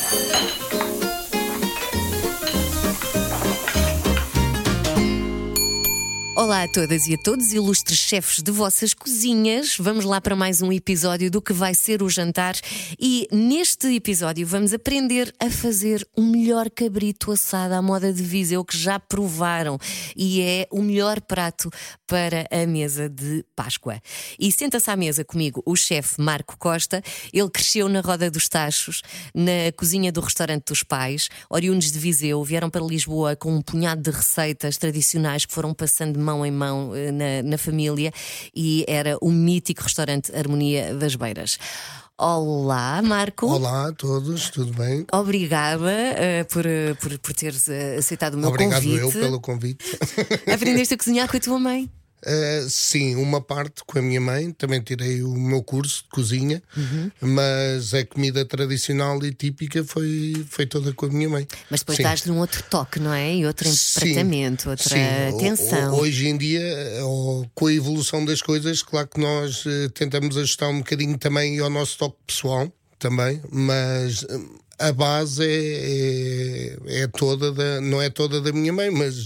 Olá a todas e a todos, ilustres chefes de vossas cozinhas. Vamos lá para mais um episódio do que vai ser o jantar. E neste episódio vamos aprender a fazer o melhor cabrito assado à moda de Viseu que já provaram. E é o melhor prato para a mesa de Páscoa. E senta-se à mesa comigo o chefe Marco Costa. Ele cresceu na Roda dos Tachos, na cozinha do restaurante dos pais. Oriundos de Viseu, vieram para Lisboa com um punhado de receitas tradicionais que foram passando de mão em mão na família, e era o mítico restaurante Harmonia das Beiras. Olá, Marco. Olá a todos, tudo bem? Obrigada por teres aceitado o meu convite. Obrigado eu pelo convite. Aprendeste a cozinhar com a tua mãe? Sim, uma parte com a minha mãe. Também tirei o meu curso de cozinha, mas a comida tradicional e típica foi toda com a minha mãe. Mas depois dás-lhe um outro toque, não é? E outro tratamento, outra atenção. Hoje em dia, com a evolução das coisas, claro que nós tentamos ajustar um bocadinho também ao nosso toque pessoal também, mas a base é toda não é toda da minha mãe, mas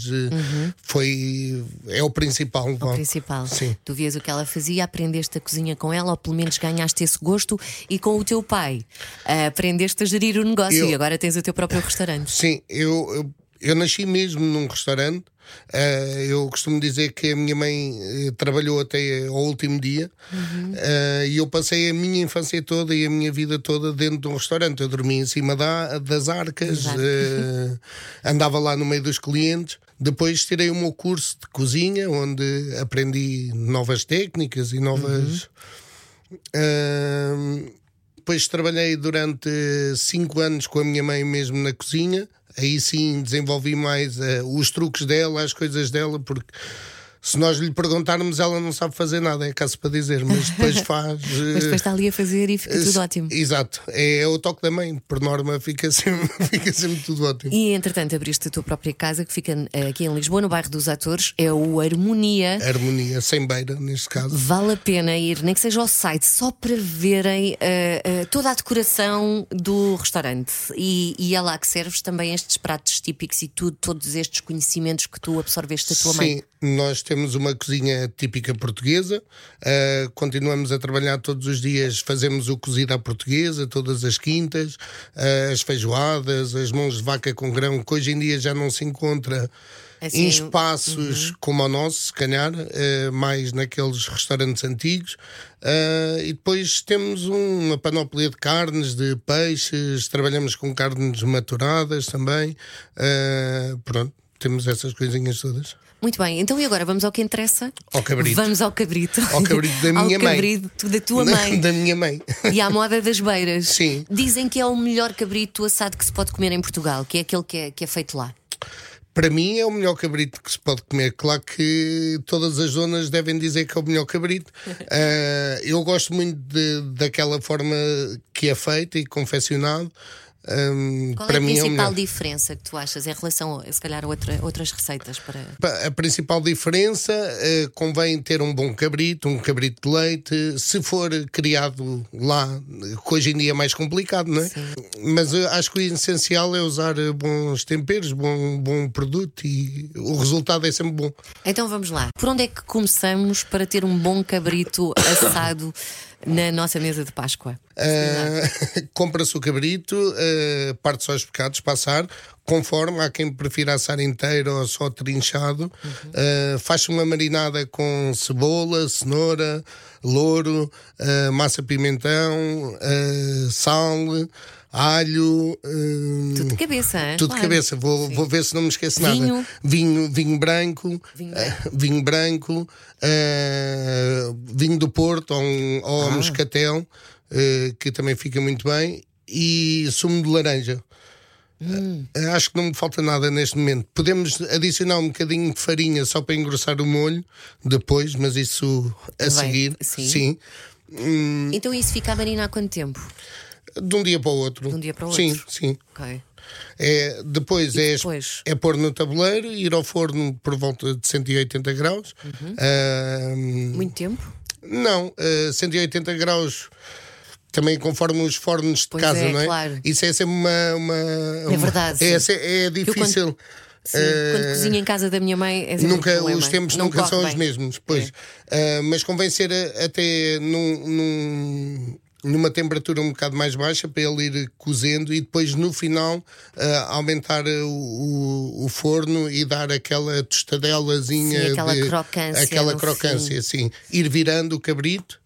é o principal. O principal. Sim. Tu vias o que ela fazia, aprendeste a cozinha com ela, ou pelo menos ganhaste esse gosto, e com o teu pai aprendeste a gerir o negócio, e agora tens o teu próprio restaurante. Sim, eu nasci mesmo num restaurante. Eu costumo dizer que a minha mãe trabalhou até ao último dia, e eu passei a minha infância toda e a minha vida toda dentro de um restaurante. Eu dormia em cima das arcas, andava lá no meio dos clientes. Depois tirei o meu curso de cozinha, onde aprendi novas técnicas e novas... Depois trabalhei durante 5 anos com a minha mãe mesmo na cozinha. Aí sim desenvolvi mais os truques dela, as coisas dela, porque se nós lhe perguntarmos, ela não sabe fazer nada, é caso para dizer, mas depois faz. Mas depois está ali a fazer e fica tudo ótimo. Exato, é o toque da mãe, por norma fica sempre tudo ótimo. E entretanto abriste a tua própria casa, que fica aqui em Lisboa, no bairro dos Atores, é o Harmonia. Harmonia, sem beira, neste caso. Vale a pena ir, nem que seja ao site, só para verem toda a decoração do restaurante. E é lá que serves também estes pratos típicos e todos estes conhecimentos que tu absorveste da tua mãe. Sim, nós temos uma cozinha típica portuguesa, continuamos a trabalhar todos os dias, fazemos o cozido à portuguesa, todas as quintas, as feijoadas, as mãos de vaca com grão, que hoje em dia já não se encontra assim, em espaços como o nosso, se calhar, mais naqueles restaurantes antigos. E depois temos uma panóplia de carnes, de peixes, trabalhamos com carnes maturadas também. Pronto, temos essas coisinhas todas. Muito bem, então e agora vamos ao que interessa? Ao cabrito. Vamos ao cabrito. Ao cabrito da minha mãe. Ao cabrito da tua mãe. Da minha mãe. E à moda das beiras. Sim. Dizem que é o melhor cabrito assado que se pode comer em Portugal, que é aquele que é feito lá. Para mim é o melhor cabrito que se pode comer. Claro que todas as zonas devem dizer que é o melhor cabrito. Eu gosto muito daquela forma que é feito e confeccionado. Qual para é a mim principal diferença que tu achas em relação a, se calhar, outras receitas? A principal diferença, convém ter um bom cabrito, um cabrito de leite. Se for criado lá, que hoje em dia é mais complicado, não é? Sim. Mas eu acho que o essencial é usar bons temperos, bom produto, e o resultado é sempre bom. Então vamos lá. Por onde é que começamos para ter um bom cabrito assado na nossa mesa de Páscoa? Compra-se o cabrito, parte-se aos bocados para assar, conforme há quem prefira assar inteiro ou só trinchado. Faz-se uma marinada com cebola, cenoura, louro, massa pimentão, sal, alho. Tudo de cabeça, hein? Tudo de cabeça, vou ver se não me esqueço nada. Vinho branco, vinho do Porto ou moscatel, que também fica muito bem, e sumo de laranja. Acho que não me falta nada neste momento. Podemos adicionar um bocadinho de farinha só para engrossar o molho depois, mas isso a seguir. Sim. Então isso fica a marinar há quanto tempo? De um dia para o outro. De um dia para o outro? Sim. Ok. Depois é pôr no tabuleiro, ir ao forno por volta de 180 graus. Muito tempo? Não, 180 graus também conforme os fornos de Pois casa, é, não é? claro. Isso é sempre É verdade. É difícil. Sim, quando cozinho em casa da minha mãe é sempre Nunca, um problema. os tempos Não nunca corre são os bem. mesmos, pois. Mas convém ser até numa temperatura um bocado mais baixa para ele ir cozendo e depois no final aumentar o forno e dar aquela tostadelazinha, Sim, aquela crocância sim. Ir virando o cabrito.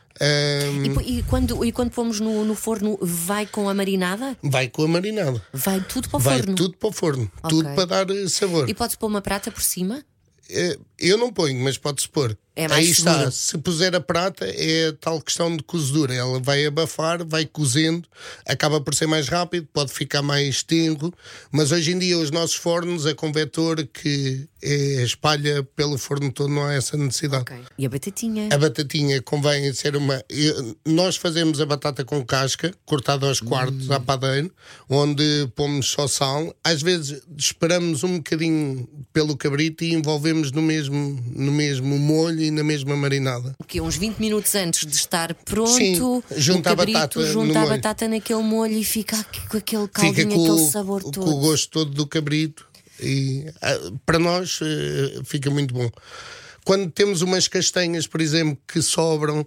E quando pomos no forno, vai com a marinada? Vai com a marinada. Vai tudo para o Vai forno? tudo para o forno. Ok. Tudo para dar sabor. E pode-se pôr uma prata por cima? Eu não ponho, mas pode-se pôr. É mais Aí seguro. está, se puser a prata é a tal questão de cozedura. Ela vai abafar, vai cozendo, acaba por ser mais rápido, pode ficar mais tenro, mas hoje em dia os nossos fornos, a convector que espalha pelo forno todo, não há essa necessidade. Ok. E a batatinha? A batatinha convém ser nós fazemos a batata com casca, cortada aos quartos à padeiro, onde pomos só sal. Às vezes esperamos um bocadinho pelo cabrito e envolvemos no mesmo molho e na mesma marinada. O quê? Uns 20 minutos antes de estar pronto, Sim, junta o a cabrito batata junta no a molho. batata naquele molho e fica com aquele Fica caldinho, com, aquele sabor todo. com o gosto todo do cabrito e para nós fica muito bom. Quando temos umas castanhas, por exemplo, que sobram,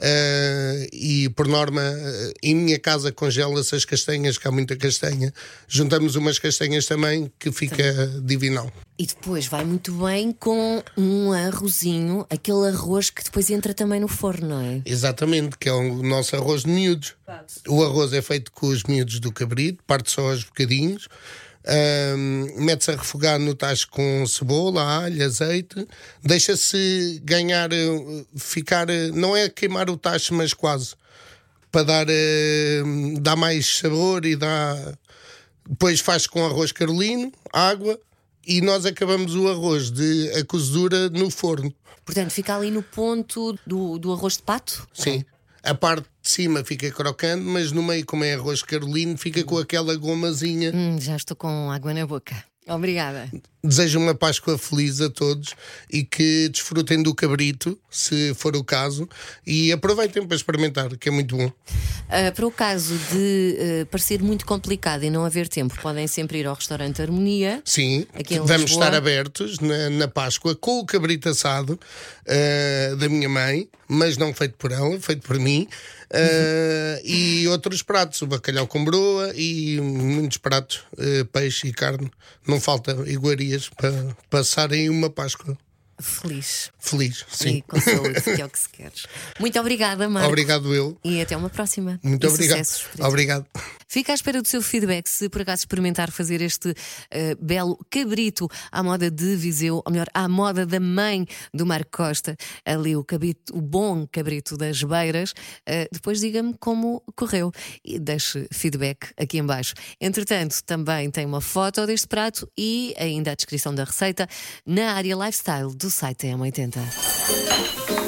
e por norma em minha casa congela-se as castanhas, que há muita castanha, juntamos umas castanhas também que fica divinal. E depois vai muito bem com um arrozinho, aquele arroz que depois entra também no forno, não é? Exatamente, que é o nosso arroz de miúdos. O arroz é feito com os miúdos do cabrito, parte só aos bocadinhos. Mete-se a refogar no tacho com cebola, alho, azeite, deixa-se ganhar, ficar, não é queimar o tacho, mas quase, para dar mais sabor e depois faz com arroz carolino, água, e nós acabamos o arroz a cozedura no forno. Portanto, fica ali no ponto do arroz de pato? Sim. A parte de cima fica crocante, mas no meio, como é arroz carolino, fica com aquela gomazinha. Já estou com água na boca. Obrigada. Desejo uma Páscoa feliz a todos e que desfrutem do cabrito, se for o caso, e aproveitem para experimentar, que é muito bom. Para o caso de parecer muito complicado e não haver tempo, podem sempre ir ao restaurante Harmonia. Sim, aqui em vamos Lisboa. estar abertos na Páscoa com o cabrito assado da minha mãe, mas não feito por ela, feito por mim. E outros pratos, o bacalhau com broa e muitos pratos, peixe e carne. Não falta iguarias para passarem uma Páscoa Feliz. feliz. Sim. E com saúde, que é o que se quer. Muito obrigada, Marco. Obrigado eu. E até uma próxima. Muito E obrigado. sucessos para ti. Obrigado. Fica à espera do seu feedback se por acaso experimentar fazer este belo cabrito à moda de Viseu, ou melhor, à moda da mãe do Marco Costa, ali o bom cabrito das Beiras. Depois diga-me como correu e deixe feedback aqui em baixo. Entretanto, também tem uma foto deste prato e ainda a descrição da receita na área lifestyle do site TM80.